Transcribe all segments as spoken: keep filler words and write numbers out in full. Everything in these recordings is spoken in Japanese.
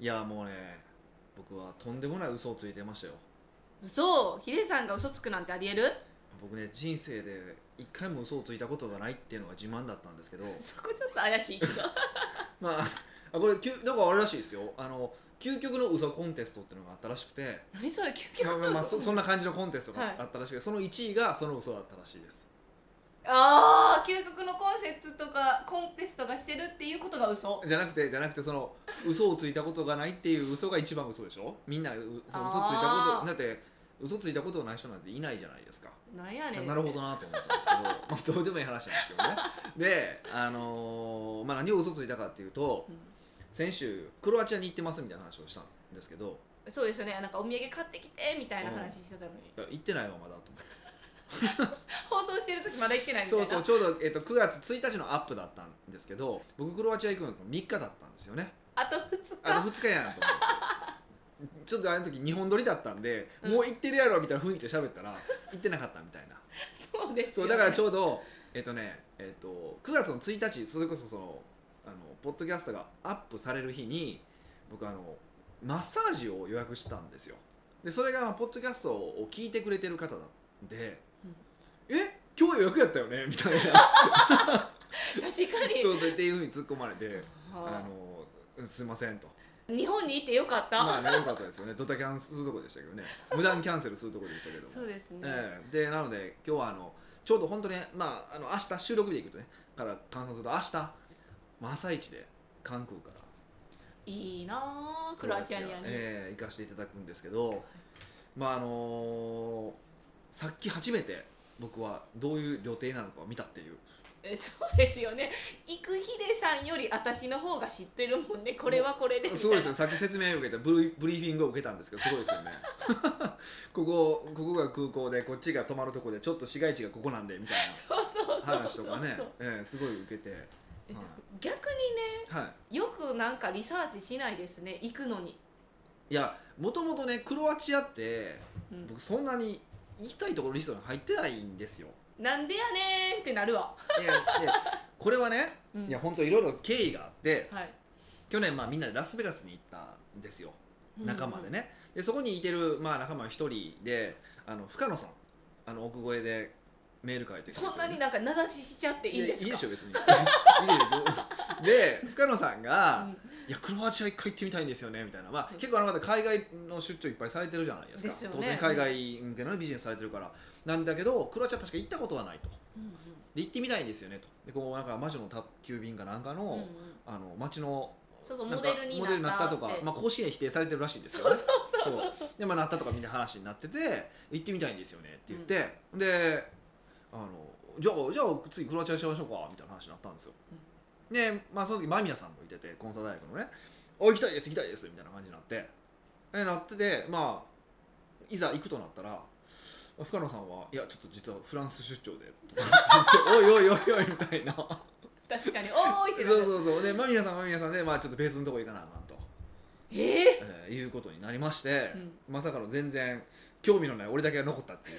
いやもうね、僕はとんでもない嘘をついてましたよ。 嘘。ヒデさんが嘘つくなんてありえる？ 僕ね、人生で一回も嘘をついたことがないっていうのが自慢だったんですけどそこちょっと怪しいけどまああこれきゅなんかあれらしいですよ。あの究極の嘘コンテストっていうのがあったらしくて、 何それ究極の嘘、 まあまあ、そ, そんな感じのコンテストはいがあったらしくて、そのいちいがその嘘だったらしいです。 ああ、究極のコンセプトとかコンテストがしてるっていうことが嘘。 じゃなくてじゃなくてその嘘をついたことがないっていう嘘が一番嘘でしょ。みんなうその嘘ついたあーことだって嘘ついたことがない人なんていないじゃないですか。 なんやねん。 なるほどなと思ったんですけどまあどうでもいい話なんですけどね。で、あのーまあ、何を嘘ついたかっていうと、 う先週クロアチアに行ってますみたいな話をしたんですけど、 ん、そうですよね。なんかお土産買ってきてみたいな話してたのに、 いや行ってないわまだと思って。 放送してる時まだ行ってないみたいな。 そうそう、ちょうど、えっと、くがつついたちのアップだったんですけど、僕クロアチア行くのがみっかだったんですよね。 あとふつか。 あのふつかやんと思ってちょっとあの時日本撮りだったんで、 うんもう行ってるやろみたいな雰囲気で喋ったら行ってなかったみたいな。 そうですよね。 そうだからちょうどえっとねえっとくがつのついたち、それこそそのあのポッドキャストがアップされる日に僕あのマッサージを予約したんですよ。でそれがポッドキャストを聞いてくれてる方なんで、うん、え今日予約やったよねみたいな確かにそうっていうふうに突っ込まれて、 はあのすいませんと。 あ、日本に行ってよかった、 まあね、よかったですよね。ドタキャンするとこでしたけどね。無断キャンセルするとこでしたけども。 そうですね、 ええでなので今日はあのちょうど本当にね、まああの明日収録日でいくとねから換算すると明日、まあ、朝一で関空からいいなあクロアチアにはね、 ええ行かせていただくんですけど、まああのさっき初めて僕はどういう予定なのかを見たっていう。 えそうですよね。行くヒデさんより私の方が知ってるもんね。これはこれでみたいな。 そうですよ。さっき説明を受けたブリブリーフィングを受けたんですけど、すごいですよねここここが空港でこっちが泊まるとこでちょっと市街地がここなんでみたいそうそうな話そうそうとかね、ええすごい受けて、はい逆にね、 はよくなんかリサーチしないですね、行くのに、 い、いやもともとねクロアチアってうん、 僕そんなに行きたいところリストに入ってないんですよ。 なんでやねーんってなるわ、 いやでこれはね、 うん、 いや本当いろいろ経緯があって、 はい、 去年まあみんなでラスベガスに行ったんですよ、仲間でね、 ね。でそこにいてる、まあ、仲間一人であの深野さん、あの奥越えでメール書いてくれてる、 そんなになんか名指ししちゃっていいんですか？ いやいいでしょ別にいいでで深野さんが、 うんいやクロアチア一回行ってみたいんですよねみたいな、まあうん結構あの方海外の出張いっぱいされてるじゃないですか。 ですよね当然海外向けのビジネスされてるからなんだけど、クロアチア確か行ったことはないと。 うんで行ってみたいんですよねと。でこうなんか魔女の宅急便かなんかの、 うんうんうん、 あの街のそうそうなんかモデルにモデルになったとかって、 まあ、公式には否定されてるらしいんですよね。 そうそうそうそうそう、 で、まあ、なったとかみんな話になってて行ってみたいんですよねって言って、うん、であのじゃあじゃあ次クロアチアしましょうかみたいな話になったんですよ、うん、で、まあ、その時間宮さんもいててコンサート大学のね、お行きたいです行きたいですみたいな感じになってでなってて、まあいざ行くとなったら深野さんはいやちょっと実はフランス出張でとか言っておいおいおいおいみたいな確かにおーいってなる。 そうそうそうで間宮さん間宮さんで、まあ、ちょっと別のとこ行かなあかんと、 えーえーいうことになりまして、 うん、 まさかの全然興味のない俺だけが残ったっていう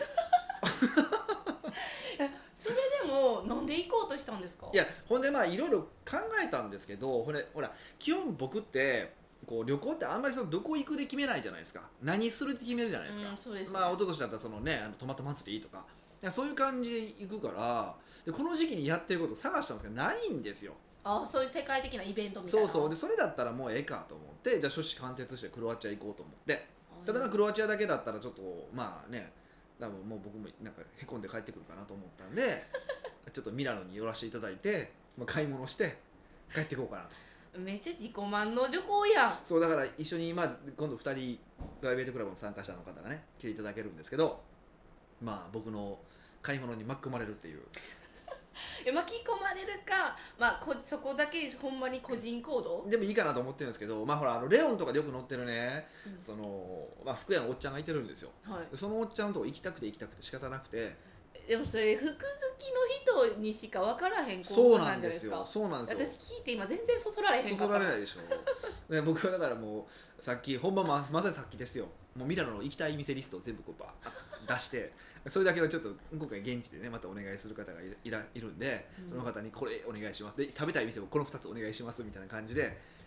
それでもなんで行こうとしたんですか？ いやほんでまあいろいろ考えたんですけど、ほれほら基本僕ってこう旅行ってあんまりそのどこ行くで決めないじゃないですか。何するって決めるじゃないですか、 うん、そうですね、 まあ一昨年だったらそのねあのトマト祭りとかいやそういう感じで行くからでこの時期にやってることを探したんですけどないんですよ。 あそういう世界的なイベントみたいな。 そうそうでそれだったらもうええかと思ってじゃあ初志貫徹してクロアチア行こうと思って、ただまあクロアチアだけだったらちょっとまあね多分もう僕もなんかへこんで帰ってくるかなと思ったんでちょっとミラノに寄らせていただいて、まあ、買い物して帰っていこうかなと。 めっちゃ自己満の旅行やん。 そうだから一緒に、まあ、今度ふたりプライベートクラブの参加者の方がね来ていただけるんですけど、まあ僕の買い物に巻き込まれるっていう巻き込まれるか、まあ、こそこだけほんまに個人行動でもいいかなと思ってるんですけど、まあほらあのレオンとかでよく乗ってるね、 うんそのまあ、服屋のおっちゃんがいてるんですよ。 はいそのおっちゃんのとこ行きたくて行きたくて仕方なくて。 でもそれ服好きの人にしか分からへんそうな行動なんんじゃないですか。 ですよそうなんですよ私聞いて今全然そそられへんかった。 そそられないでしょで僕はだからもうさっき本番ままさにさっきですよ、もうミラノの行きたい店リストを全部こうバーッ出してそれだけはちょっと今回現地でねまたお願いする方が い, らいるんで、うん、その方にこれお願いしますで食べたい店もこのふたつお願いしますみたいな感じで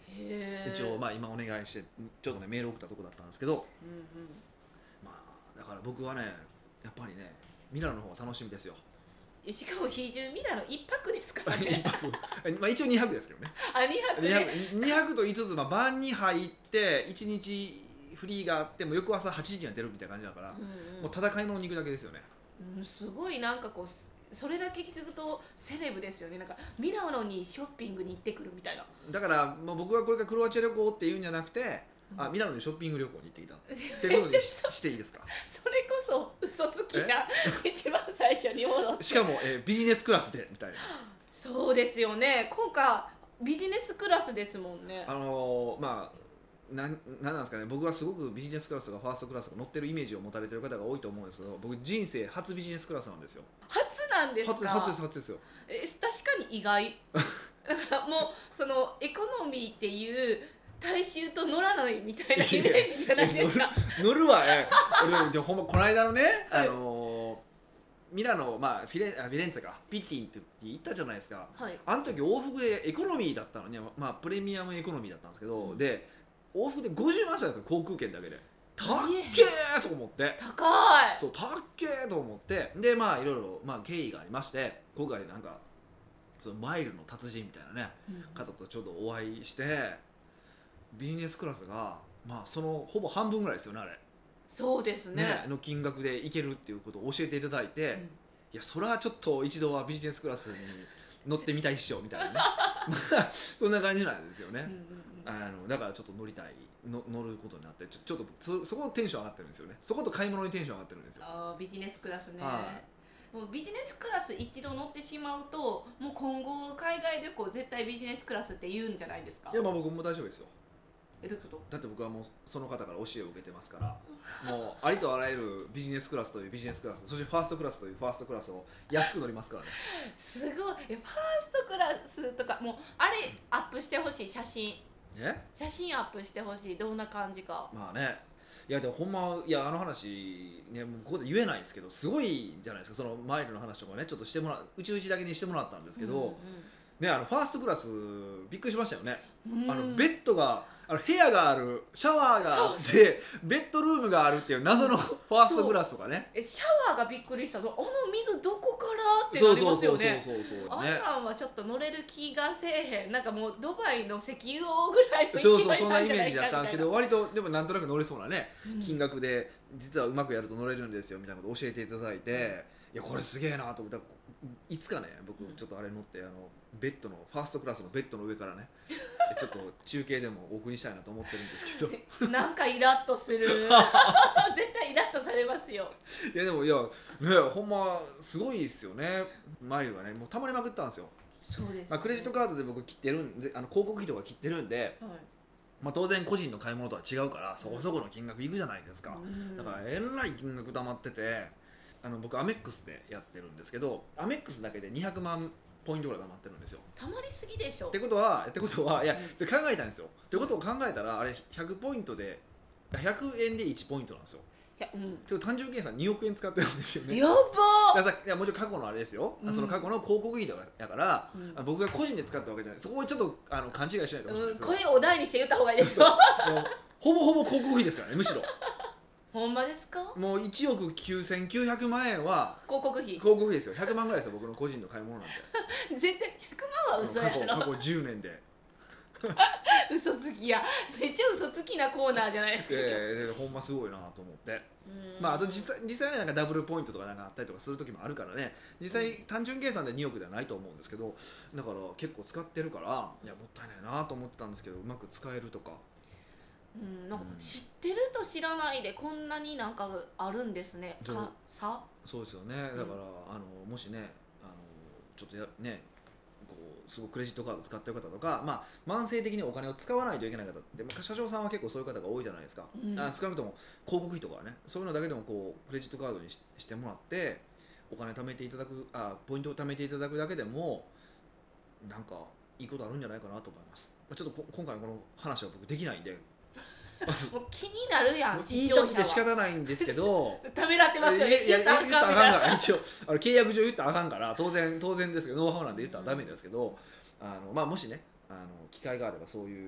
へー一応まあ今お願いしてちょっとねメール送ったとこだったんですけど、 うんうんまあだから僕はねやっぱりねミラノの方が楽しみですよ。 しかも比重ミラノ一泊ですから一ね泊まあ一応にはくですけどね。 あにはくにはくねにはくと言いつつ、まあ、晩に入っていちにちフリーがあっても翌朝はちじには出るみたいな感じだから、 うんうんもうただ買い物に行くだけですよね。 うん、すごいなんかこうそれだけ聞くとセレブですよね。なんかミラノにショッピングに行ってくるみたいな。 だからもう僕はこれからクロアチア旅行っていうんじゃなくて、 うんあミラノにショッピング旅行に行ってきたっていうことにししていいですか。 それこそ嘘つきな一番最初に戻ってしかも、えービジネスクラスでみたいな。 そうですよね。今回ビジネスクラスですもんね。 あのー、まあなんなんなんですかね、僕はすごくビジネスクラスとかファーストクラスとか乗ってるイメージを持たれてる方が多いと思うんですけど、僕人生初ビジネスクラスなんですよ。 初なんですか。 初初です初ですよ。 え確かに意外だからもうそのエコノミーっていう大衆と乗らないみたいなイメージじゃないですか。 乗るわね。俺でもほんまこの間のね、 はいあのーミラノ、まあ、フィレンあフィレンツェかピッティンって行ったじゃないですか。 はい。 あの時往復でエコノミーだったのに、まあ、プレミアムエコノミーだったんですけど、 うんで往復でごじゅうまんしたんですよ、航空券だけで。たっえけーと思って高い。 そうたっけーと思ってでまあいろいろ、まあ、経緯がありまして今回なんかそのマイルの達人みたいなねうん方とちょっとお会いしてビジネスクラスが、まあ、そのほぼ半分ぐらいですよねあれそうですね。 ねの金額で行けるっていうことを教えていただいて、 うんいやそれはちょっと一度はビジネスクラスに乗ってみたいっしょみたいなねまあそんな感じなんですよね、 うんうんうんあのだからちょっと乗りたいの乗ることになってちょちょっとそそこテンション上がってるんですよね。そこと買い物にテンション上がってるんですよ。 あービジネスクラスね、 はもうビジネスクラス一度乗ってしまうともう今後海外旅行絶対ビジネスクラスって言うんじゃないですか。 いやまあ僕も大丈夫ですよ。 えどういうこと。 だって僕はもうその方から教えを受けてますからもうありとあらゆるビジネスクラスというビジネスクラスそしてファーストクラスというファーストクラスを安く乗りますからね。 すごい。えファーストクラスとかもうあれアップしてほしい。写真ね写真アップしてほしい。どんな感じか。 まあねいやでもほんまいやあの話ねもうここで言えないんですけどすごいじゃないですか。そのマイルの話とかねちょっとしてもらううちうちだけにしてもらったんですけど、ねあのファーストクラスびっくりしましたよね。 うんうん、 あのベッドがあの部屋があるシャワーがあそうそってベッドルームがあるっていう謎のファーストクラスとかね。 えシャワーがびっくりしたの。あの水どこからってなりそうそうますよね。 そうそうそうそうね。 あんなんはちょっと乗れる気がせえへん。なんかもうドバイの石油王ぐらいの勢いそうそうそんなイなんじゃないかメージだったんですけど割とでもなんとなく乗れそうなねうん金額で実はうまくやると乗れるんですよみたいなことを教えていただいていやこれすげえなと思ったらいつかね僕ちょっとあれ乗ってあのベッドのファーストクラスのベッドの上からねちょっと中継でもお送りしたいなと思ってるんですけどなんかイラッとする絶対イラッとされますよ。 いやでもいやねほんますごいですよね。眉がねもうたまりまくったんですよ。 そうですよね、 まあ、クレジットカードで僕切ってるんであの広告費とか切ってるんで、 はいまあ、当然個人の買い物とは違うからそこそこの金額いくじゃないですか。 うんだからえらい金額溜まっててあの僕アメックスでやってるんですけどアメックスだけでにひゃくまんポイントぐらい溜まってるんですよ。 たまりすぎでしょ。 ってことはってことはいやうんで考えたんですよ。ってことを考えたらあれひゃくポイントでひゃくえんでいちポイントなんですよ。 いや、うん、 けど単純計算におくえん使ってるんですよね。 やばいやさいやもちろん過去のあれですよ、 うんその過去の広告費とかだから、 うんあ僕が個人で使ったわけじゃないそこをちょっとあの勘違いしないでほしいんうん、 ですよ、 声をお題にして言った方がいいですそうよ。 そうもうほぼほぼ広告費ですからねむしろほんまですか。 もういちおくきゅうせんきゅうひゃくまん円は広告費広告費ですよひゃくまんぐらいですよ僕の個人の買い物なんて絶対ひゃくまんは嘘やろ。 過去過去じゅうねんで嘘つきや。めっちゃ嘘つきなコーナーじゃないですか。 ででほんますごいなと思ってうんまああと実際実際ねなんかダブルポイントとかなんかあったりとかする時もあるからね実際単純計算でにおくではないと思うんですけどだから結構使ってるからいやもったいないなと思ってたんですけどうまく使えるとかうん、なんかうん知ってると知らないでこんなになんかあるんですね。 そうかさ。 そうですよねだから、あのもしねあのちょっとやねこうすごくクレジットカード使ってる方とか、まあ、慢性的にお金を使わないといけない方って、まあ、社長さんは結構そういう方が多いじゃないですか、 うんあ少なくとも広告費とかはねそういうのだけでもこうクレジットカードに し, してもらってお金貯めていただくあポイントを貯めていただくだけでもなんかいいことあるんじゃないかなと思います、まあ、ちょっとこ今回のこの話は僕できないんでもう気になるやん。 もう言い視聴者たくて仕は。 方ないんですけどためらってますよね。 いやいや言っ言ったたらあかんからあかんみたいな。 ら一応あの契約上言ったらあかんから当然当然ですけどノウハウなんで言ったらダメですけど、あのまあもしねあの機会があればそういう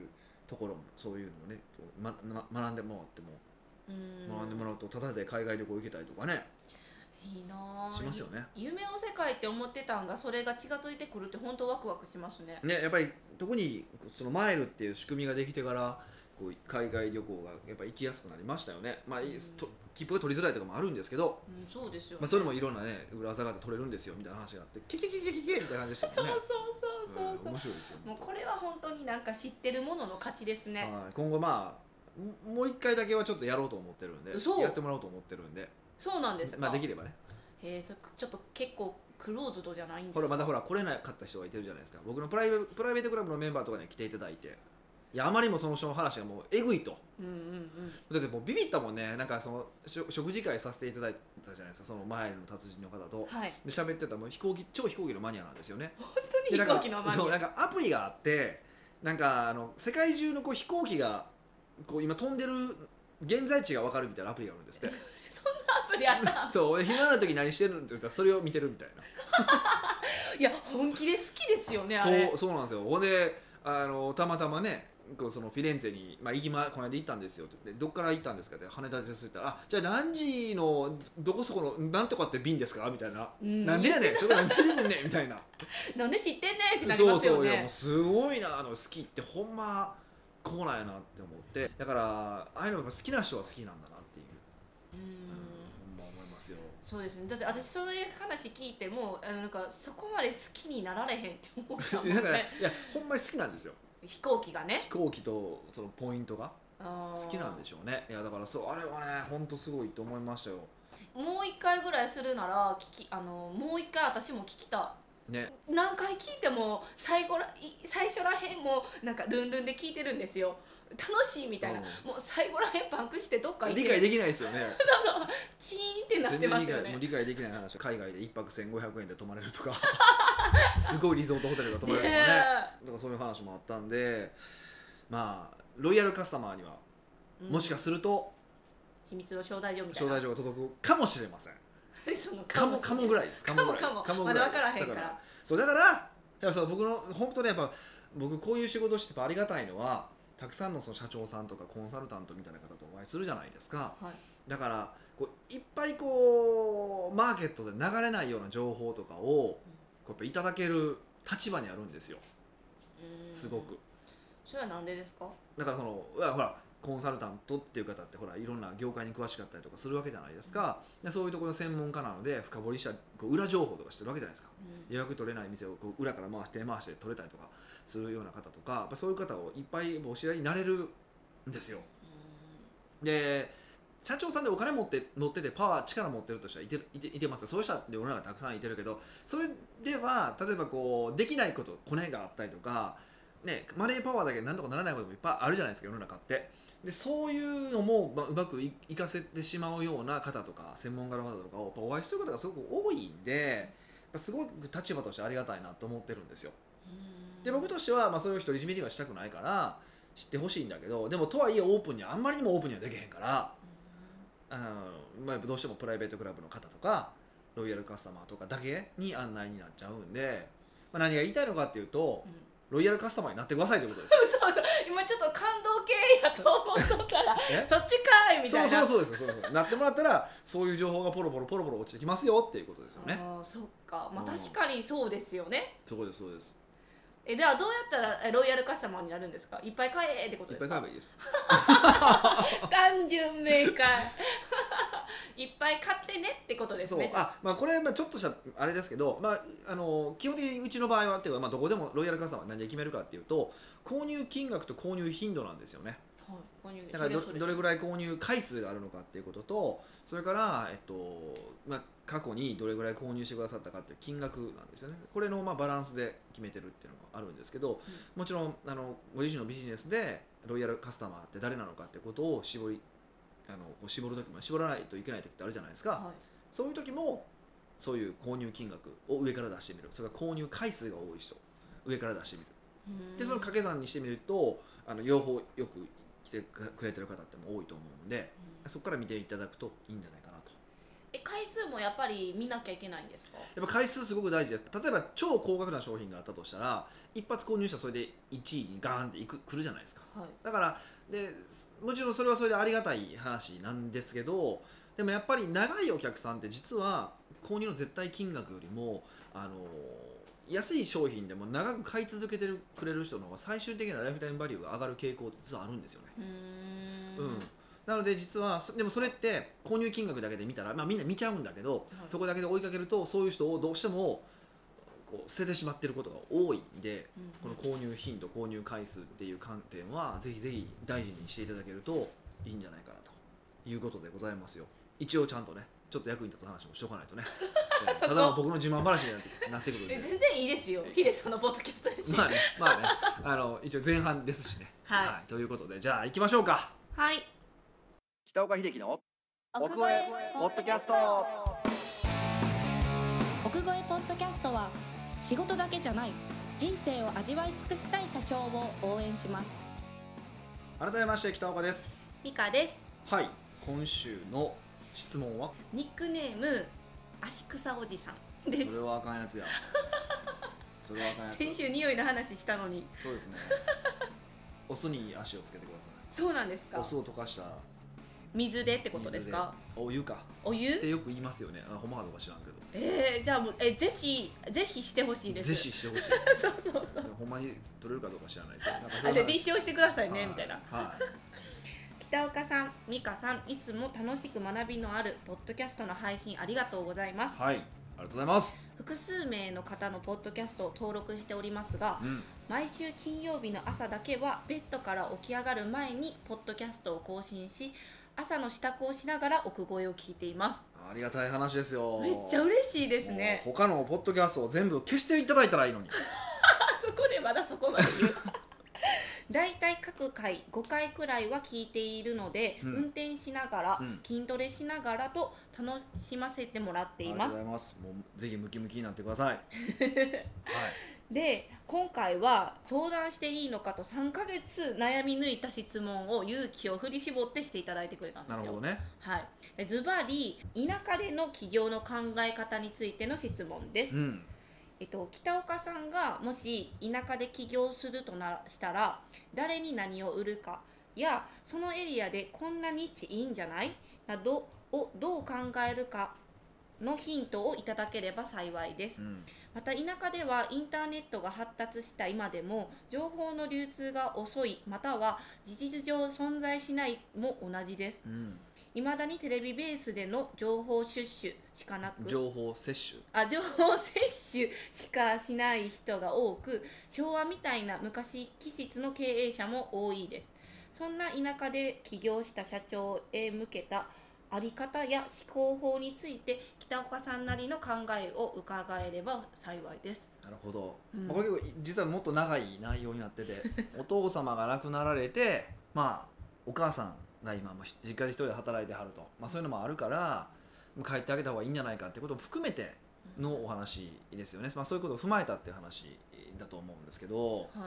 ところもそういうのをねこう、まま、学んでもらっても、 うん学んでもらうとタダで海外旅行行けたりとかねいいなしますよね。 夢の世界って思ってたんがそれが近づいてくるって本当ワクワクしますね。 ねやっぱり特にそのマイルっていう仕組みができてからこう海外旅行がやっぱ行きやすくなりましたよね。まあ、 うんと切符が取りづらいとかもあるんですけど、 うん、そうですよ、ね、 まあ、それもいろんなね裏技があって取れるんですよみたいな話があってキキキキキキみたいな感じでしたそうもんね。 そうそうそうそう、 うん、面白いですよ。 もうこれは本当になんか知ってるものの勝ちですね。 はい、今後まあもう一回だけはちょっとやろうと思ってるんでそうやってもらおうと思ってるんで、 そうなんですか。 まあできればね。 へえ、そちょっと結構クローズドじゃないんですか。 ほらまだほら来れなかった人がいてるじゃないですか。僕のプライベプライベートクラブのメンバーとかに来ていただいて、いやあまりにもその人の話がもうえぐいと、 うんうんうん、 だってもうビビったもんね。なんかその食事会させていただいたじゃないですか、そのマイルの達人の方と、 はい、 で喋ってたらもう飛行機超飛行機のマニアなんですよね。 本当に飛行機のマニア。 そうなんかアプリがあってなんかあの世界中のこう飛行機がこう今飛んでる現在地が分かるみたいなアプリがあるんですってそんなアプリあったんそう暇な時何してるのって言ったらそれを見てるみたいないや本気で好きですよねあれ。 そうそうなんですよ。ほんであのたまたまねこうそのフィレンツェに、まあ、行きまこの間行ったんですよって言ってどっから行ったんですかって羽田ですって言ったらあじゃあ何時のどこそこのなんとかって便ですかみたいな、 うん、 なんでやねんそれなんでやねんねみたいななんで知ってんねんってなりそうますよね。 そういやもうすごいなあの好きってほんまこうなんやなって思ってだからああいうのが好きな人は好きなんだなっていううん、 うん、ほんま思いますよ。 そうですね。だって私そういう話聞いてもあのなんかそこまで好きになられへんって思ったもんね。 だからいやほんまに好きなんですよ。 飛行機がね飛行機とそのポイントが好好きなんでしょうね。いやだからそうあれはね本当すごいと思いましたよ。 もう一回ぐらいするなら聞きあのもう一回私も聞きたい。 ね、 何回聞いても最後らい最初らへんもなんかルンルンで聞いてるんですよ。楽しいみたいな、 うんもう最後らへんパンクしてどっか行って理解できないですよね。 チーンってなっ全てますよね然理解もう。理解できない話。海外でいっぱくせんごひゃくえんで泊まれるとかすごいリゾートホテルが泊まれるとかねねだからそういう話もあったんでまあロイヤルカスタマーにはえもしかすると秘密の招待状みたいな。 招待状が届くかもしれません。 そのかもかもぐらいですかもぐらいですかもかもかもぐらいまだ分からへんからだからそうだからやっぱそう僕の本当ねやっぱ僕こういう仕事しててありがたいのはたくさんのその社長さんとかコンサルタントみたいな方とお会いするじゃないですか。 はいだからこういっぱいこうマーケットで流れないような情報とかをこうやっぱいただける立場にあるんですようんすごく。 それはなんでですか。 だからそのうわほらコンサルタントっていう方ってほらいろんな業界に詳しかったりとかするわけじゃないですか。でそういうところの専門家なので深掘りしたこう裏情報とかしてるわけじゃないですか。 うん予約取れない店をこう裏から回して手回して取れたりとかするような方とかやっぱそういう方をいっぱいお知り合いになれるんですよ。で社長さんでお金持って乗っててパワー力持ってるとしてはいてるいていてますよ。そういう人は世の中たくさんいてるけどそれでは例えばこうできないことコネがあったりとか、ね、マネーパワーだけでなんとかならないこともいっぱいあるじゃないですか世の中って。でそういうのも、まあ、うまくいいかせてしまうような方とか専門家の方とかをやっぱお会いすることがすごく多いんでやっぱすごく立場としてありがたいなと思ってるんですよ。で僕としては、まあ、それを独り占めにはしたくないから知ってほしいんだけどでもとはいえオープンにはあんまりにもオープンにはできへんからあの、まあ、どうしてもプライベートクラブの方とかロイヤルカスタマーとかだけに案内になっちゃうんで、まあ、何が言いたいのかっていうと、 うんロイヤルカスタマーになってくださいということですよ。 そうそう今ちょっと感動系やと思っとったらえそっちかいみたいな。 そうそうそうですよそうそうなってもらったらそういう情報がポロポロポロポロ落ちてきますよっていうことですよね。 あーそっか、まあ、 うん確かにそうですよね。 そうですそうです。 えではどうやったらえロイヤルカスタマーになるんですか。いっぱい買えってこといっですか。 ぱい買えばいいです。 単純明快いっぱい買ってねってことですそうね。 あ、まあ、これまあちょっとしたあれですけど、まあ、あの基本的にうちの場合はっていうか、まあ、どこでもロイヤルカスタマー何で決めるかっていうと購入金額と購入頻度なんですよね。 はい購入だから ど, どれぐらいらい購入回数があるのかっていうこととそれから、えっとまあ、過去にどれぐらい購入してくださったかっていう金額なんですよね。これのまあバランスで決めてるっていうのがあるんですけど、もちろんあのご自身のビジネスでロイヤルカスタマーって誰なのかってことを絞りあのこう絞る時も絞らないといけない時ってあるじゃないですか。 はいそういう時もそういう購入金額を上から出してみる。それから購入回数が多い人上から出してみる。 うんでその掛け算にしてみるとあの両方よく来てくれてる方っても多いと思うので、そこから見ていただくといいんじゃないかなと。 え回数もやっぱり見なきゃいけないんですか？ やっぱ回数すごく大事です。例えば超高額な商品があったとしたら一発購入したらそれでいちいにガーンっていくくるじゃないですか。 はい、 だからでもちろんそれはそれでありがたい話なんですけど、でもやっぱり長いお客さんって実は購入の絶対金額よりもあの安い商品でも長く買い続けてるくれる人の方が最終的なライフタイムバリューが上がる傾向って実はあるんですよね。 うーんうん、なので実はでもそれって購入金額だけで見たら、まあ、みんな見ちゃうんだけど、はい、そこだけで追いかけるとそういう人をどうしてもこう捨ててしまっていることが多いんで、うんうん、この購入頻度購入回数っていう観点はぜひぜひ大事にしていただけるといいんじゃないかなということでございますよ。一応ちゃんとねちょっと役に立つ話もしておかないとねただの僕の自慢話になってくるんで全然いいですよ、ヒデさんのポッドキャストですしまあねまあねあの一応前半ですしね、 はいはい、ということでじゃあ行きましょうか。 はい、 北岡秀樹の奥越えポッドキャスト。 奥越えポッドキャストは仕事だけじゃない人生を味わい尽くしたい社長を応援します。 改めまして北岡です。 ミカです。 はい、今週の質問はニックネーム足草おじさんです。 それはあかんやつやそれはあかんやつ。 先週匂いの話したのに。 そうですねお酢に足をつけてください。 そうなんですか。 お酢を溶かした水でってことですか。 お湯か。 お湯ってよく言いますよね。あ、ほんまかどうか知らんけど。 えー、じゃあもうえぜひぜひしてほしいです。 ぜひしてほしいです、ね、 そうそうそう。 ほんまに取れるかどうか知らないですよ。なんかあ、じゃあ立証してくださいねみたいな。 はい。 北岡さん、美香さん、いつも楽しく学びのあるポッドキャストの配信ありがとうございます。 はい、ありがとうございます。 複数名の方のポッドキャストを登録しておりますが、うん、毎週金曜日の朝だけはベッドから起き上がる前にポッドキャストを更新し、朝の支度をしながら奥越えを聞いています。 ありがたい話ですよ。 めっちゃ嬉しいですね。 他のポッドキャストを全部消していただいたらいいのにそこでまだそこまで言うだいたい各回ごかいくらいは聞いているので、うん、運転しながら、うん、筋トレしながらと楽しませてもらっています。 ありがとうございます。もうぜひムキムキになってください、はい、 で今回は相談していいのかとさんかげつ悩み抜いた質問を勇気を振り絞ってしていただいてくれたんですよ。 なるほどね。 はい、ズバリ田舎での起業の考え方についての質問です、うん。えっと、北岡さんがもし田舎で起業するとなしたら誰に何を売るかやそのエリアでこんなニッチいいんじゃないなどをどう考えるかのヒントをいただければ幸いです、うん、また田舎ではインターネットが発達した今でも情報の流通が遅いまたは事実上存在しないも同じです、うん。いまだにテレビベースでの情報収集しかなく情報摂取あ情報摂取しかしない人が多く昭和みたいな昔気質の経営者も多いです。そんな田舎で起業した社長へ向けたあり方や思考法について北岡さんなりの考えを伺えれば幸いです。 なるほど、うん、これ実はもっと長い内容になっててお父様が亡くなられてまあお母さんが今も実家で一人で働いてはると、まあ、そういうのもあるから帰ってあげた方がいいんじゃないかっていうことも含めてのお話ですよね、まあ、そういうことを踏まえたっていう話だと思うんですけど、はい、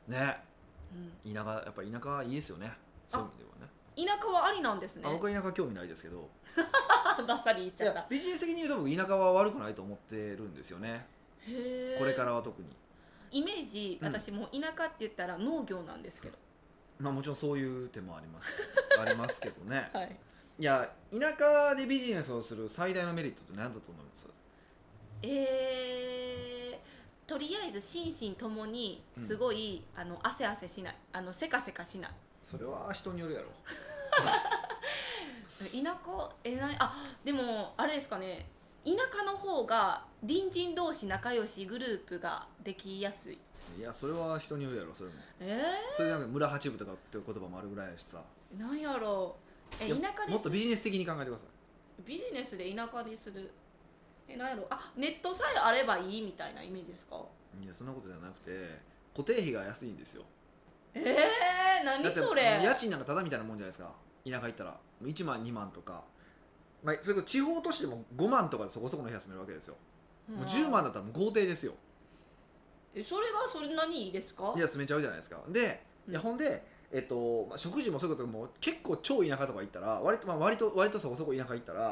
ね、うん、田舎やっぱり田舎はいいですよね。そういう意味ではね。田舎はありなんですね。 あ、僕は田舎興味ないですけどバッサリ言っちゃった。 ビジネス的に言うと僕田舎は悪くないと思ってるんですよね。へー、これからは特にイメージ、うん、私も田舎って言ったら農業なんですけど、 まあ、もちろんそういう手もありますありますけどね、 はい、 いや田舎でビジネスをする最大のメリットって何だと思います？ えー、とりあえず心身ともにすごい、うん、あの汗汗しない、あのせかせかしない。 それは人によるやろ田舎えないあでもあれですかね、田舎の方が隣人同士仲良しグループができやすい。 いやそれは人によるやろ。それもえー、 それなんか村八分とかっていう言葉もあるぐらいやしさ。 なんやろう、え田舎ですもっとビジネス的に考えてください。 ビジネスで田舎にするえなんやろあネットさえあればいいみたいなイメージですか？ いやそんなことじゃなくて固定費が安いんですよ。 えー、何それ。 家賃なんかただみたいなもんじゃないですか。田舎行ったらいちまんにまんとか、まあ、それこそ地方都市でもごまんとかでそこそこの部屋住めるわけですよ、うん、もうじゅうまんだったらもう豪邸ですよ。 えそれがそんなにいいですか？ いや住めちゃうじゃないですか。で、うん、いやほんで、えっとまあ、食事もそういうことも結構超田舎とか行ったら割と、まあ、割と割とそこそこ田舎行ったら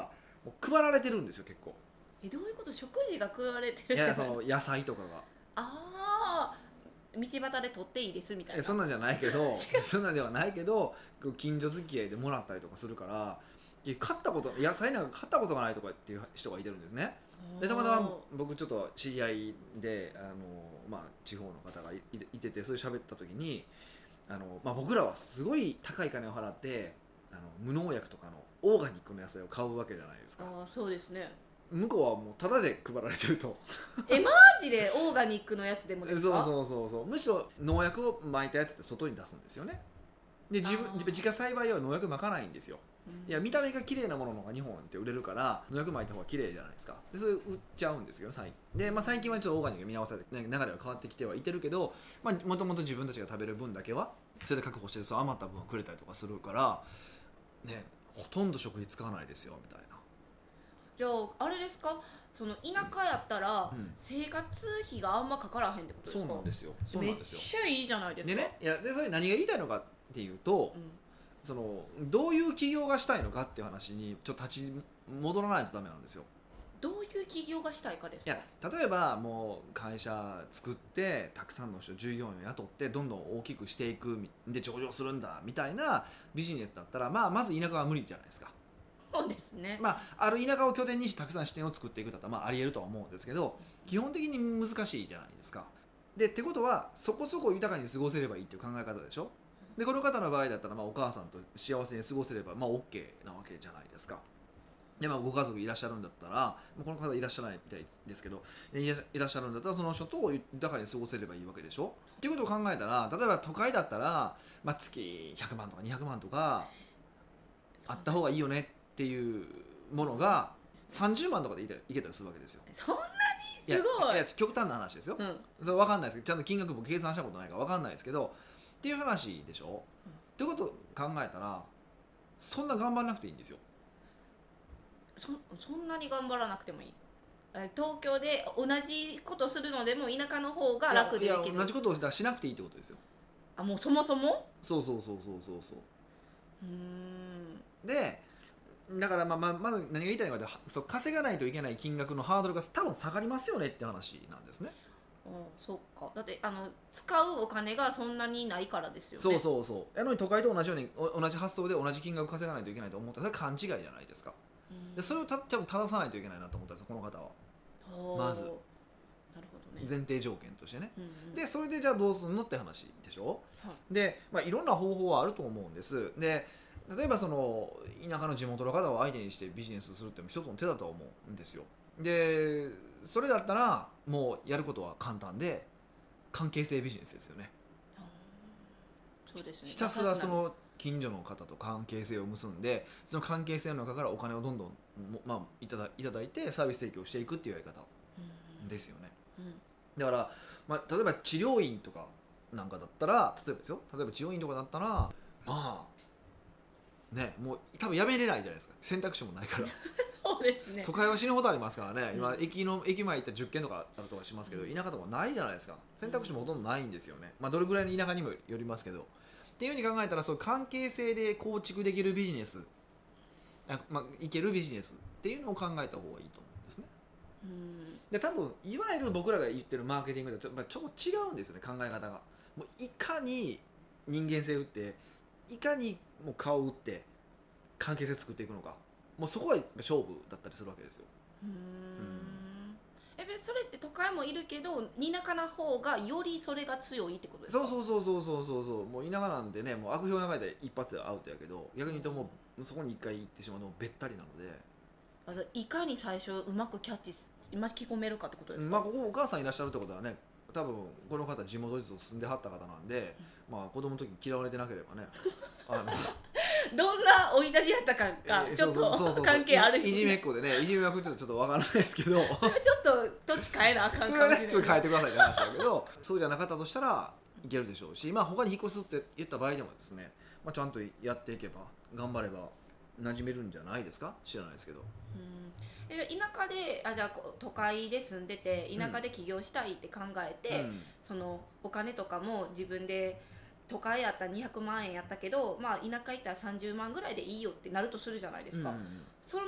もう配られてるんですよ結構。 えどういうこと？食事が食われてるいやその野菜とかがああ道端で取っていいですみたいな。 そんなんじゃないけどそんなんではないけど近所付き合いでもらったりとかするから買ったこと野菜なんか買ったことがないとかっていう人がいてるんですね。でたまたま僕ちょっと知り合いであの、まあ、地方の方が い, いててそれ喋った時にあの、まあ、僕らはすごい高い金を払ってあの無農薬とかのオーガニックの野菜を買うわけじゃないですか。 あそうですね。 向こうはもうタダで配られてるとえマジでオーガニックのやつでもですか？ そうそうそうそうむしろ農薬を撒いたやつって外に出すんですよね。で自分自家栽培は農薬撒かないんですよ。いや見た目が綺麗なものの方が日本って売れるから農薬撒いた方が綺麗じゃないですか。でそれ売っちゃうんですけど最近で、まあ、最近はちょっとオーガニック見直されて、ね、流れは変わってきてはいてるけどもともと自分たちが食べる分だけはそれで確保してそう余った分をくれたりとかするから、ね、ほとんど食費使わないですよみたいな。 じゃああれですかその田舎やったらうん生活費があんまかからへんってことですか？ そうなんですよ。そうなんですよ。 めっちゃいいじゃないですか。 でねいやでそれ何が言いたいのかっていうと、 うんそのどういう起業がしたいのかっていう話にちょっと立ち戻らないとダメなんですよ。 どういう起業がしたいかですか？ いや例えばもう会社作ってたくさんの人従業員を雇ってどんどん大きくしていくで上場するんだみたいなビジネスだったら、まあ、まず田舎は無理じゃないですか。 そうですね。 まあ、ある田舎を拠点にしてたくさん支店を作っていくだったら、まあ、ありえるとは思うんですけど基本的に難しいじゃないですか。でってことはそこそこ豊かに過ごせればいいっていう考え方でしょ。でこの方の場合だったら、まあ、お母さんと幸せに過ごせれば、まあ、OK なわけじゃないですか。で、まあ、ご家族いらっしゃるんだったらこの方いらっしゃらないみたいですけどいらっしゃるんだったらその人と豊かに過ごせればいいわけでしょ。っていうことを考えたら例えば都会だったら、まあ、月ひゃくまんとかにひゃくまんとかあった方がいいよねっていうものがさんじゅうまんとかでいけたりするわけですよ。 そんなにすごい。 いやいや極端な話ですよ、うん、それ分かんないですけどちゃんと金額も計算したことないから分かんないですけどっていう話でしょ、うん、ってことを考えたらそんな頑張らなくていいんですよ。 そ, そんなに頑張らなくてもいい。東京で同じことするのでも田舎の方が楽でできる。 いやいや同じことをしなくていいってことですよ。 あもうそもそもそうそうそうそうそうそう。 うーんでだからまあまあまず何が言いたいのかってそう稼がないといけない金額のハードルが多分下がりますよねって話なんですね。 うん、そっか。だってあの使うお金がそんなにないからですよね。 そうそうそう。なのに都会と同じように同じ発想で同じ金額稼がないといけないと思ったらそれは勘違いじゃないですか。うん、でそれをた多分正さないといけないなと思ったんですこの方は。まずなるほど、ね、 前提条件としてね、 うんうん、 でそれでじゃあどうするのって話でしょ、はい、で、まあ、いろんな方法はあると思うんです。で例えばその田舎の地元の方を相手にしてビジネスするっていうのも一つの手だと思うんですよ。でそれだったらもうやることは簡単で関係性ビジネスですよね。 そうですね。 ひたすらその近所の方と関係性を結んでその関係性の中からお金をどんどん、まあ、いただいただいてサービス提供していくっていうやり方ですよね、うんうん、だから、まあ、例えば治療院とかなんかだったら例えばですよ例えば治療院とかだったらまあねもう多分やめれないじゃないですか選択肢もないからそうですね。 都会は死ぬほどありますからね、うん、今駅の駅前行ったらじゅっけんとかあるとかしますけど、うん、田舎とかないじゃないですか。選択肢もほとんどないんですよね、まあ、どれぐらいの田舎にもよりますけどっていうふうに考えたらそう関係性で構築できるビジネスあ、まあ、いけるビジネスっていうのを考えた方がいいと思うんですね。うんで多分いわゆる僕らが言ってるマーケティングとはちょっと違うんですよね考え方が。もういかに人間性を打っていかにもう顔を打って関係性作っていくのかもうそこは勝負だったりするわけですよ。 うーんえそれって都会もいるけど田舎の方がよりそれが強いってことですか？ そうそうそうそうそうそうもう田舎なんでねもう悪評の中で一発でアウトやけど逆に言うともうそこに一回行ってしまうのもべったりなのであいかに最初うまくキャッチ巻き込めるかってことですか？ まあここお母さんいらっしゃるってことはね多分この方地元に住んではった方なんで、うん、まあ子供の時に嫌われてなければねあのどんな生い立ちやったかがちょっと関係ある。 いじめっ子でねいじめまくってちょっとわからないですけどそれちょっと土地変えなあかんかもしれない。 それはねちょっと変えてくださいって話だけどそうじゃなかったとしたらいけるでしょうし、まあ、他に引っ越すって言った場合でもですね、まあ、ちゃんとやっていけば頑張れば馴染めるんじゃないですか。知らないですけど。 うんえ田舎であじゃあ都会で住んでて田舎で起業したいって考えて、うん、そのお金とかも自分で都会やったらにひゃくまんえんやったけど、まあ、田舎行ったらさんじゅうまんぐらいでいいよってなるとするじゃないですか、うんうん、その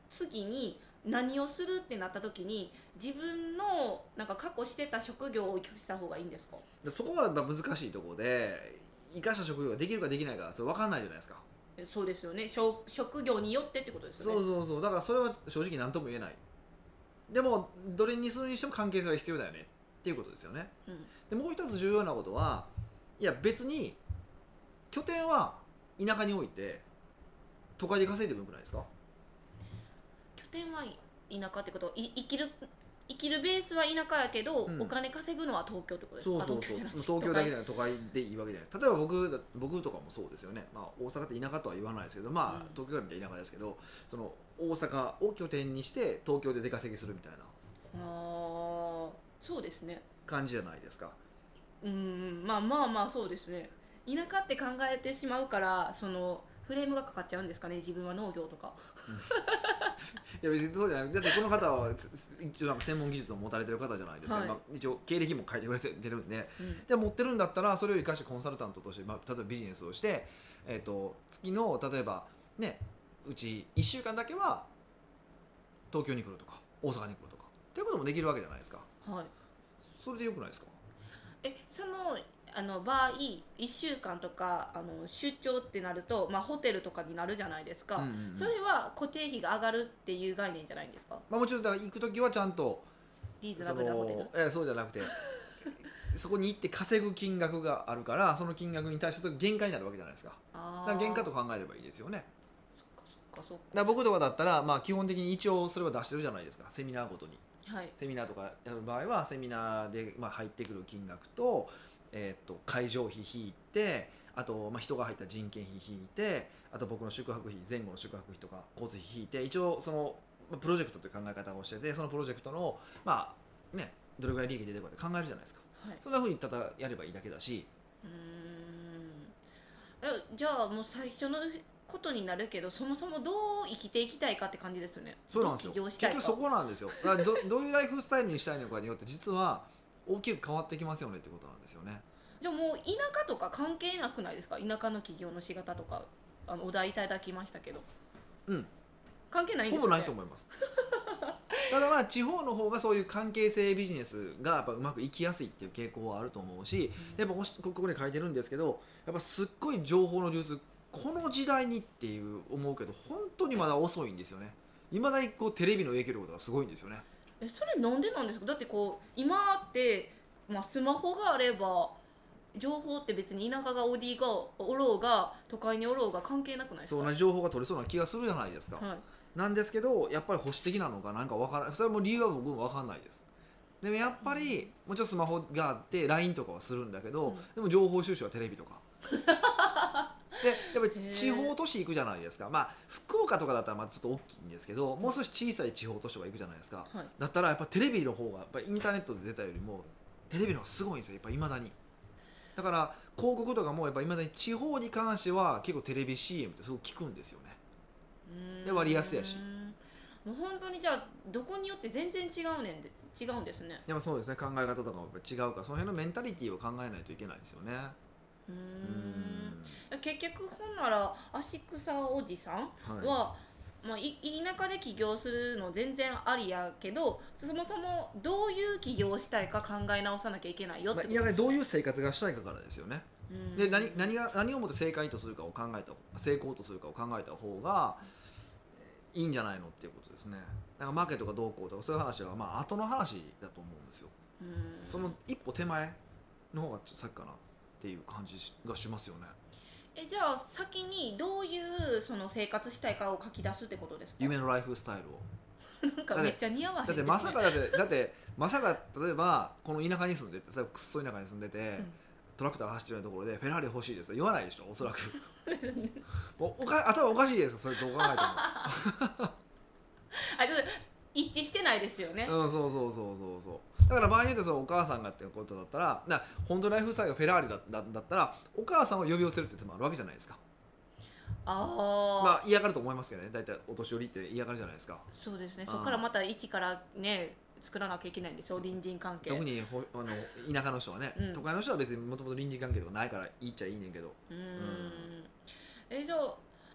次に何をするってなった時に自分のなんか過去してた職業を生かした方がいいんですか？ そこはまあ難しいところで、生かした職業ができるかできないかそれ分かんないじゃないですか。 そうですよね、職職業によってってことですよね。 そうそうそう、だからそれは正直何とも言えない。でもどれにするにしても関係性は必要だよねっていうことですよね。 うん、 でもう一つ重要なことは、いや別に拠点は田舎において都会で稼いでもよくないですか？ 拠点は田舎ってこと、い生きる生きるベースは田舎やけど、 うんお金稼ぐのは東京ってことですか？ そうそうそう、 あ東京じゃない東京だけじゃない都会でいいわけじゃないです。例えば僕僕とかもそうですよね、まあ、大阪って田舎とは言わないですけど、まあ、 うん東京から見たら田舎ですけど、その大阪を拠点にして東京で出稼ぎするみたいなあーそうですね。 感じじゃないですか。 うんまあまあまあそうですね。田舎って考えてしまうからそのフレームがかかっちゃうんですかね、自分は農業とか。 いや別にそうじゃない。だってこの方はつつ一応なんか専門技術を持たれてる方じゃないですか、 はいまあ、一応経歴も書いてくれてるんで、 うんで持ってるんだったらそれを生かしてコンサルタントとして、まあ、例えばビジネスをして、えー、と月の例えばねうちいっしゅうかんだけは東京に来るとか大阪に来るとかっていうこともできるわけじゃないですか。 はい、 それでよくないですか？ えそのあの場合いっしゅうかんとかあの出張ってなると、まあ、ホテルとかになるじゃないですか、 うんうんうんそれは固定費が上がるっていう概念じゃないんですか？ まあ、もちろんだから行く時はちゃんとリーズナそブルなホテルの、えーそうじゃなくてそこに行って稼ぐ金額があるからその金額に対して限界になるわけじゃないですか。 あだから原価とか考えればいいですよね。 そっかそっかそっだから僕とかだったら、まあ、基本的に一応それは出してるじゃないですか、セミナーごとに。 かはいセミナーとかやる場合はセミナーで、まあ、入ってくる金額と、えー、と会場費引いて、あと、まあ、人が入った人件費引いて、あと僕の宿泊費前後の宿泊費とか交通費引いて、一応そのまあプロジェクトという考え方をしてて、そのプロジェクトのまあねどれぐらい利益出てるかって考えるじゃないですか。 はいそんな風にただやればいいだけだし。 うーんえじゃあもう最初のことになるけど、そもそもどう生きていきたいかって感じですよね。 そうなんですよ。 どう起業したいか結局そこなんですよ。だから ど, どういうライフスタイルにしたいのかによって実は大きく変わってきますよねってことなんですよね。 じゃあもう田舎とか関係なくないですか？田舎の企業の仕方とかあのお題いただきましたけど、 うん関係ないんですほぼよね。 ないと思います。ただまあ地方の方がそういう関係性ビジネスがやっぱうまくいきやすいっていう傾向はあると思うし、 うんやっぱここに書いてるんですけど、やっぱすっごい情報の流通この時代にっていう思うけど本当にまだ遅いんですよね。いまだにこうテレビの影響力がすごいんですよね。 えそれなんでなんですか？だってこう今って、まあ、スマホがあれば情報って別に田舎がオーディーがおろうが都会におろうが関係なくないですか？ そう同じ情報が取れそうな気がするじゃないですか。 はいなんですけどやっぱり保守的なのかなんかわからない。それも理由は僕もわかんないです。でもやっぱりもちろんスマホがあって ライン とかはするんだけど、 うんでも情報収集はテレビとかでやっぱり地方都市行くじゃないですか。まあ福岡とかだったらまあちょっと大きいんですけど、もう少し小さい地方都市とか行くじゃないですか。 はいだったらやっぱテレビの方がやっぱりインターネットで出たよりもテレビの方がすごいんですよ、やっぱいまだに。だから広告とかもやっぱいまだに地方に関しては結構テレビ シーエム ってすごく効くんですよね。 うーんで割安やしもう本当にじゃあどこによって全然違うねんで違うんですね。 でもそうですね、考え方とかもやっぱ違うからその辺のメンタリティーを考えないといけないですよね。 うーうんん結局ほんなら足草おじさんはいは、まあ、い田舎で起業するの全然ありやけど、そもそもどういう起業をしたいか考え直さなきゃいけないよっまあ、 てこと田舎でどういう生活がしたいかからですよね。 うんで 何, 何が何をもって正解とするかを考えた成功とするかを考えた方がいいんじゃないのっていうことですね。だからマーケットがどうこうとかそういう話はまあ後の話だと思うんですよ。 うんその一歩手前の方が先かなっていう感じがしますよね。 えじゃあ先にどういうその生活したいかを書き出すってことですか？ 夢のライフスタイルを。 なんかめっちゃ似合わへんだってまさかだってだってまさか例えばこの田舎に住んでて例えばくっそ田舎に住んでて、 うんトラクターが走ってるところでフェラーリ欲しいですと言わないでしょおそらくおおか頭おかしいですよそれどう考えてもあちょっと一致してないですよね。 うんそうそうそうそうそうだから場合によってそのお母さんがってことだったらな本当のライフスタイルがフェラーリだだだったらお母さんを呼び寄せるって手もあるわけじゃないですか。 ああ、 まあ嫌がると思いますけどね、大体お年寄りって嫌がるじゃないですか。 そうですね。 あーそこからまた一からね作らなきゃいけないんでしょ、隣人関係。 特にほあの田舎の人はね、 うん都会の人は別にもともと隣人関係とかないからいいっちゃいいねんけど。 うーんえじゃあ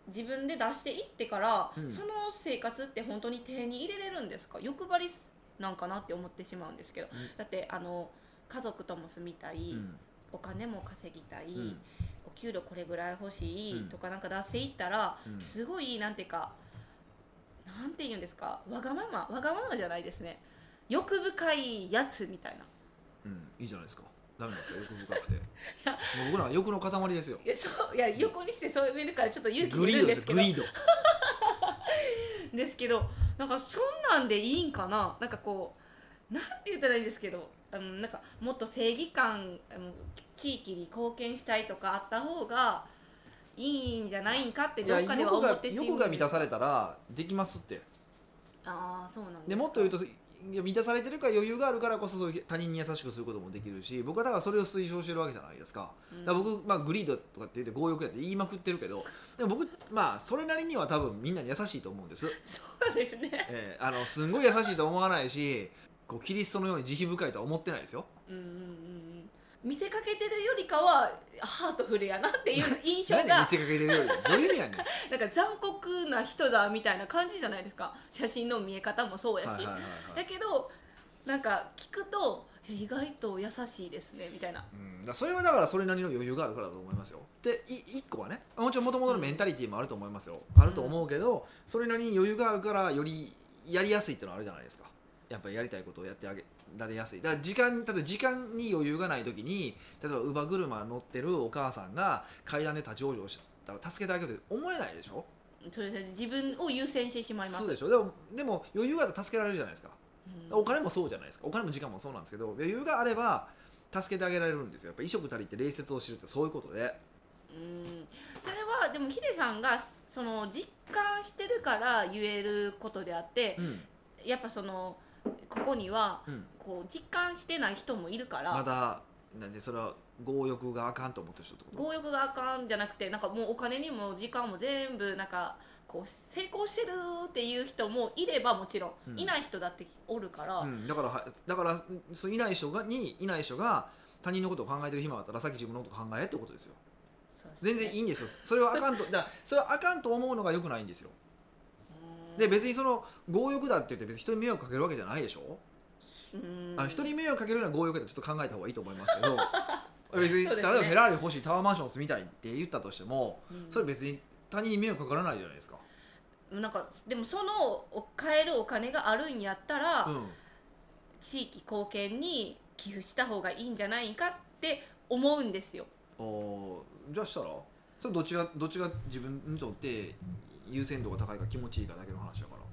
自分で出していってから、 うんその生活って本当に手に入れれるんですか？欲張りなんかなって思ってしまうんですけど、 うんだってあの家族とも住みたい、 うんお金も稼ぎたい、 うんお給料これぐらい欲しい、 うんとかなんか出していったら、 うんすごいなんていうかなんて言うんですか、わがままわがままじゃないですね、欲深いやつみたいな。 うんいいじゃないですか。ダメなんですか、欲深くてもう僕らは欲の塊ですよ。 いやそういや横にしてそう見るからちょっと勇気グリードいるんですけどですグリードですけど、なんかそんなんでいいんかな、なんかこうなんて言ったらいいんですけど、あのなんかもっと正義感、あの地域に貢献したいとかあった方がいいんじゃないんかっていやどっかでは欲が思ってしまう。 欲が満たされたらできますって。 ああそうなんですか。 でもっと言うといや満たされてるから余裕があるからこそそういう他人に優しくすることもできるし、僕はだからそれを推奨してるわけじゃないですか。 うんだから僕、まあ、グリードとかって言って強欲やって言いまくってるけど、でも僕まあそれなりには多分みんなに優しいと思うんです、 そうですね。 えー、あのすんごい優しいと思わないし、こうキリストのように慈悲深いとは思ってないですよ。 うんうんうんうん。見せかけてるよりかはハートフルやなっていう印象何が見せかけてるよりどういう意味やねんなんか残酷な人だみたいな感じじゃないですか。写真の見え方もそうやし、 はいはいはいはいだけどなんか聞くといや意外と優しいですねみたいな。 うん、だからそれはだからそれなりの余裕があるからだと思いますよ。でい一個はね、もちろんもともとのメンタリティーもあると思いますよ、あると思うけど、それなりに余裕があるからよりやりやすいっていうのはあるじゃないですか。やっぱりやりたいことをやってあげられやすい。だから時間、例えば時間に余裕がない時に、例えば乳母車乗ってるお母さんが階段で立ち往生したら助けてあげるって思えないでしょ。 それで自分を優先してしまいます。 そうでしょ。でもでも余裕があると助けられるじゃないですか。 うんお金もそうじゃないですか。お金も時間もそうなんですけど、余裕があれば助けてあげられるんですよ。やっぱり衣食足りって礼節を知るってそういうことで。 うんそれはでもヒデさんがその実感してるから言えることであって、 うんやっぱそのここにはうん、 こう実感してない人もいるから、 まだなんでそれは強欲があかんと思ってる人ってこと？ 強欲があかんじゃなくて、なんかもうお金にも時間も全部なんかこう成功してるっていう人もいればもちろん、 うんいない人だっておるから、 うん、だからはだからそういない人がにいない人が他人のことを考えてる暇があったらさっき自分のこと考えってことですよ。 そうですね全然いいんですよ。それはあかんとだからそれはあかんと思うのが良くないんですよ。 うんで別にその強欲だって言って別に人に迷惑かけるわけじゃないでしょ。 うんあの人に迷惑かけるような強欲だとちょっと考えた方がいいと思いますけど別に、 そうですね例えばフェラーリ欲しいタワーマンション住みたいって言ったとしても、 うんそれ別に他人に迷惑かからないじゃないですか。 なんかでもそのお買えるお金があるんやったら、 うん地域貢献に寄付した方がいいんじゃないかって思うんですよ。 おじゃあしたらそれどっちがどっちが自分にとって優先度が高いか気持ちいいかだけの話だから。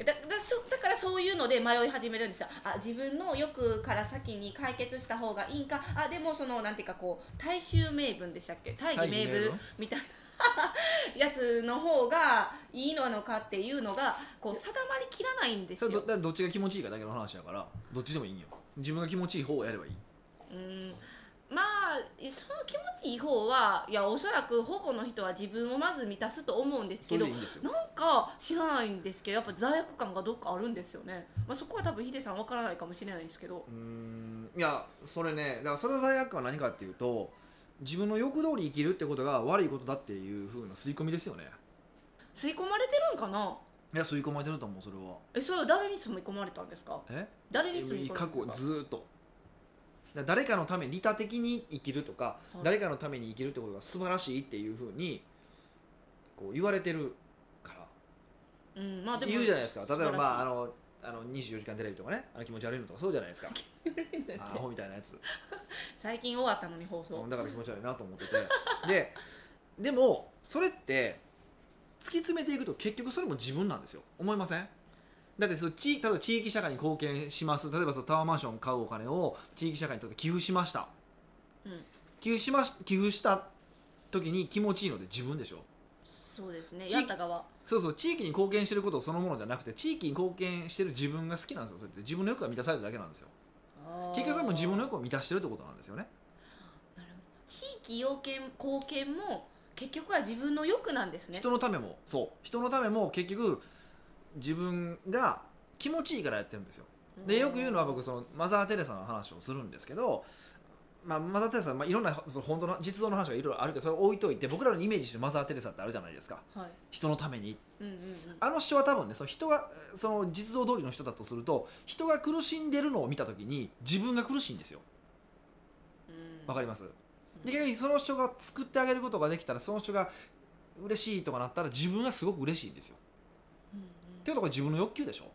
だだそだからそういうので迷い始めるんですよ。あ自分の欲から先に解決した方がいいんか、あでもそのなんていうかこう大衆名分でしたっけ、大義名分みたいなやつの方がいいのかっていうのがこう定まりきらないんですよ。 それどだどっちが気持ちいいかだけの話だからどっちでもいいんよ。自分が気持ちいい方をやればいい。 うんまあその気持ちいい方はいやおそらくほぼの人は自分をまず満たすと思うんですそけど、 れでいいんですよ。 なんか知らないんですけどやっぱ罪悪感がどっかあるんですよね。まあ、そこは多分ヒデさんわからないかもしれないですけど、 うーんいやそれねだからそれの罪悪感は何かっていうと自分の欲通り生きるってことが悪いことだっていう風な刷り込みですよね。 吸い込まれてるんかな。 いや刷り込まれてると思うそれは。 えそれは誰に吸い込まれたんですか。 え誰に吸い込ま過去れたんですか。 ずーっとだから誰かのために利他的に生きるとか、 はい誰かのために生きるってことが素晴らしいっていう風にこう言われてるからうんまあでも言うじゃないですか。例えば、まあ、あ素のあのにじゅうよじかんテレビとかねあの気持ち悪いのとかそうじゃないですか晴らしいアホみたいなやつ最近終わったのに放送。 だから気持ち悪いなと思っててででもそれって突き詰めていくと結局それも自分なんですよ。思いません？だってその地例えば地域社会に貢献します。例えばそのタワーマンション買うお金を地域社会にとって寄付しました、 うん寄付しまし寄付した時に気持ちいいので自分でしょ。 そうですね。 地やった側。 そうそう地域に貢献してることそのものじゃなくて地域に貢献してる自分が好きなんですよ。それって自分の欲が満たされるだけなんですよ。結局それも自分の欲を満たしてるってことなんですよね。 なるほど。地域要件貢献も結局は自分の欲なんですね。 人のためもそう人のためも結局自分が気持ちいいからやってるんですよ。でよく言うのは僕そのマザー・テレサの話をするんですけどまあ、マザー・テレサ、まあ、いろんなその本当の実像の話がいろいろあるけどそれを置いといて僕らのイメージしてるマザー・テレサってあるじゃないですか、 はい、 人のために、 うんうんうん、 あの人は多分ねその人がその実像通りの人だとすると人が苦しんでるのを見た時に自分が苦しいんですよ。わ、うん、かります？で結局その人が作ってあげることができたらその人が嬉しいとかなったら自分がすごく嬉しいんですよ、うんうん、っていうのが自分の欲求でしょ、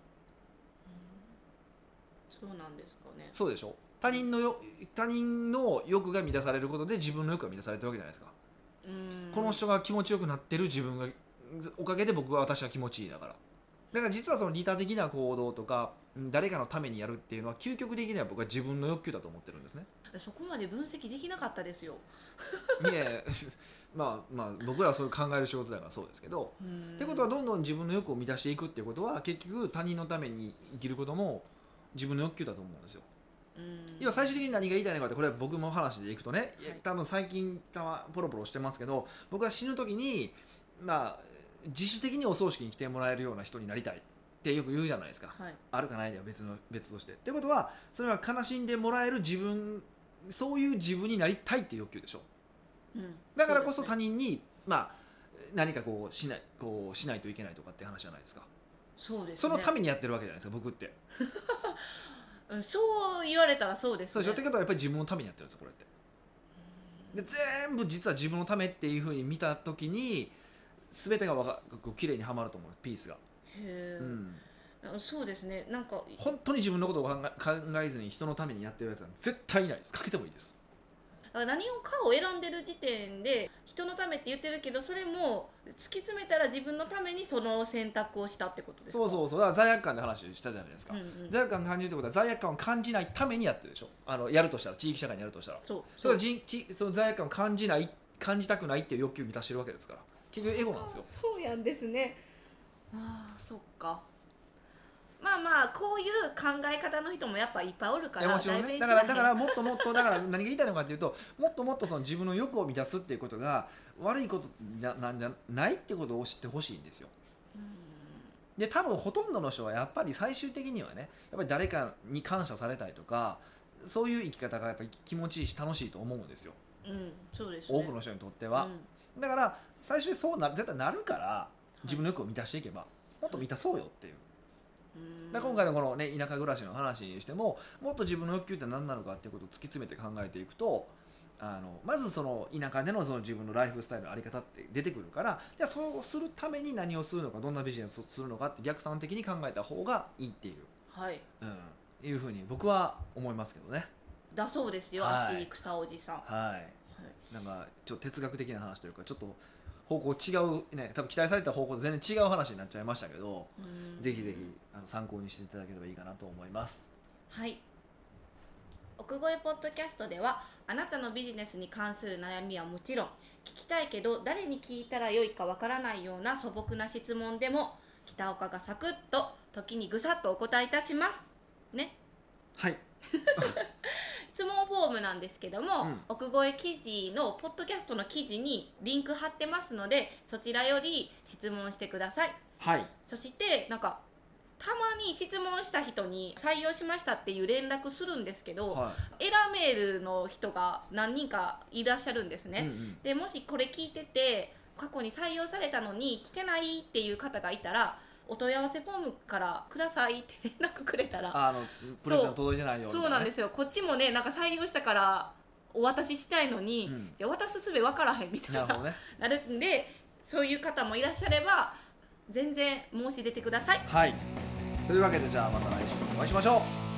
うん、そうなんですかね。 そうでしょ。他人のよ他人の欲が満たされることで自分の欲が満たされてるわけじゃないですか。うんこの人が気持ちよくなってる自分がおかげで僕は私は気持ちいいだからだから実はその利他的な行動とか誰かのためにやるっていうのは究極的には僕は自分の欲求だと思ってるんですね。 そこまで分析できなかったですよいえまあまあ僕らはそういう考える仕事だからそうですけどってことはどんどん自分の欲を満たしていくっていうことは結局他人のために生きることも自分の欲求だと思うんですよ。要は最終的に何が言いたいのかってこれは僕の話でいくとね、はい、多分最近ポロポロしてますけど僕は死ぬ時にまあ自主的にお葬式に来てもらえるような人になりたいってよく言うじゃないですか、はい、あるかないでは別の別としてってことはそれは悲しんでもらえる自分そういう自分になりたいっていう欲求でしょ、うん、だからこそ他人に、ね、まあ何かこうしないこうしないといけないとかって話じゃないですか。 そうですね、 そのためにやってるわけじゃないですか僕ってそう言われたらそうですね。 そうでしょってことはやっぱり自分のためにやってるんですよこれって。で全部実は自分のためっていうふうに見たときに全てがわかこう綺麗にはまると思うピースが。へー、 うん、そうですね。なんか本当に自分のことを考え、考えずに人のためにやってるやつは絶対いないです。かけてもいいです。 何をかを選んでる時点で人のためって言ってるけどそれも突き詰めたら自分のためにその選択をしたってことですか。 そうそうそうだから罪悪感で話したじゃないですか、うんうん、罪悪感感じるってことは罪悪感を感じないためにやってるでしょ。あのやるとしたら地域社会にやるとしたらそうそうそれはじその罪悪感を感じない感じたくないっていう欲求を満たしてるわけですから結局エゴなんですよ。 そうやんですね。ああそっか。まあまあこういう考え方の人もやっぱいっぱいおるからもちろんねだからだからもっともっとだから何が言いたいのかっていうともっともっとその自分の欲を満たすっていうことが悪いことなんじゃないってことを知ってほしいんですよ。で多分ほとんどの人はやっぱり最終的にはねやっぱり誰かに感謝されたいとかそういう生き方がやっぱり気持ちいいし楽しいと思うんですよ、 うんそうですね、多くの人にとっては、うん、だから最初にそうな絶対なるから自分の欲を満たしていけば、はい、もっと満たそうよっていうだ今回のこの、ね、田舎暮らしの話にしてももっと自分の欲求って何なのかっていうことを突き詰めて考えていくとあのまずその田舎でのその自分のライフスタイルの在り方って出てくるからじゃあそうするために何をするのかどんなビジネスをするのかって逆算的に考えた方がいいっていう、はいうん、いうふうに僕は思いますけどね。 だそうですよ、はい、足草おじさん、 はいはい、なんかちょっと哲学的な話というかちょっと方向違うね多分期待された方向と全然違う話になっちゃいましたけどぜひぜひあの参考にしていただければいいかなと思います。 はい奥越ポッドキャストではあなたのビジネスに関する悩みはもちろん聞きたいけど誰に聞いたらよいかわからないような素朴な質問でも北岡がサクッと時にぐさっとお答えいたしますね。 はい質問フォームなんですけども、うん、奥越記事のポッドキャストの記事にリンク貼ってますのでそちらより質問してください。はいそしてなんかたまに質問した人に採用しましたっていう連絡するんですけど、はい、エラーメールの人が何人かいらっしゃるんですね、うんうん、でもしこれ聞いてて過去に採用されたのに来てないっていう方がいたらお問い合わせフォームからくださいって連絡くれたらあのプレゼント届いてないよ、ね、 そうなんですよ。こっちもねなんか採用したからお渡ししたいのに、うん、じゃあ渡す術分からへんみたい な, な, ね、なるんでそういう方もいらっしゃれば全然申し出てください。 はいというわけでじゃあまた来週お会いしましょう。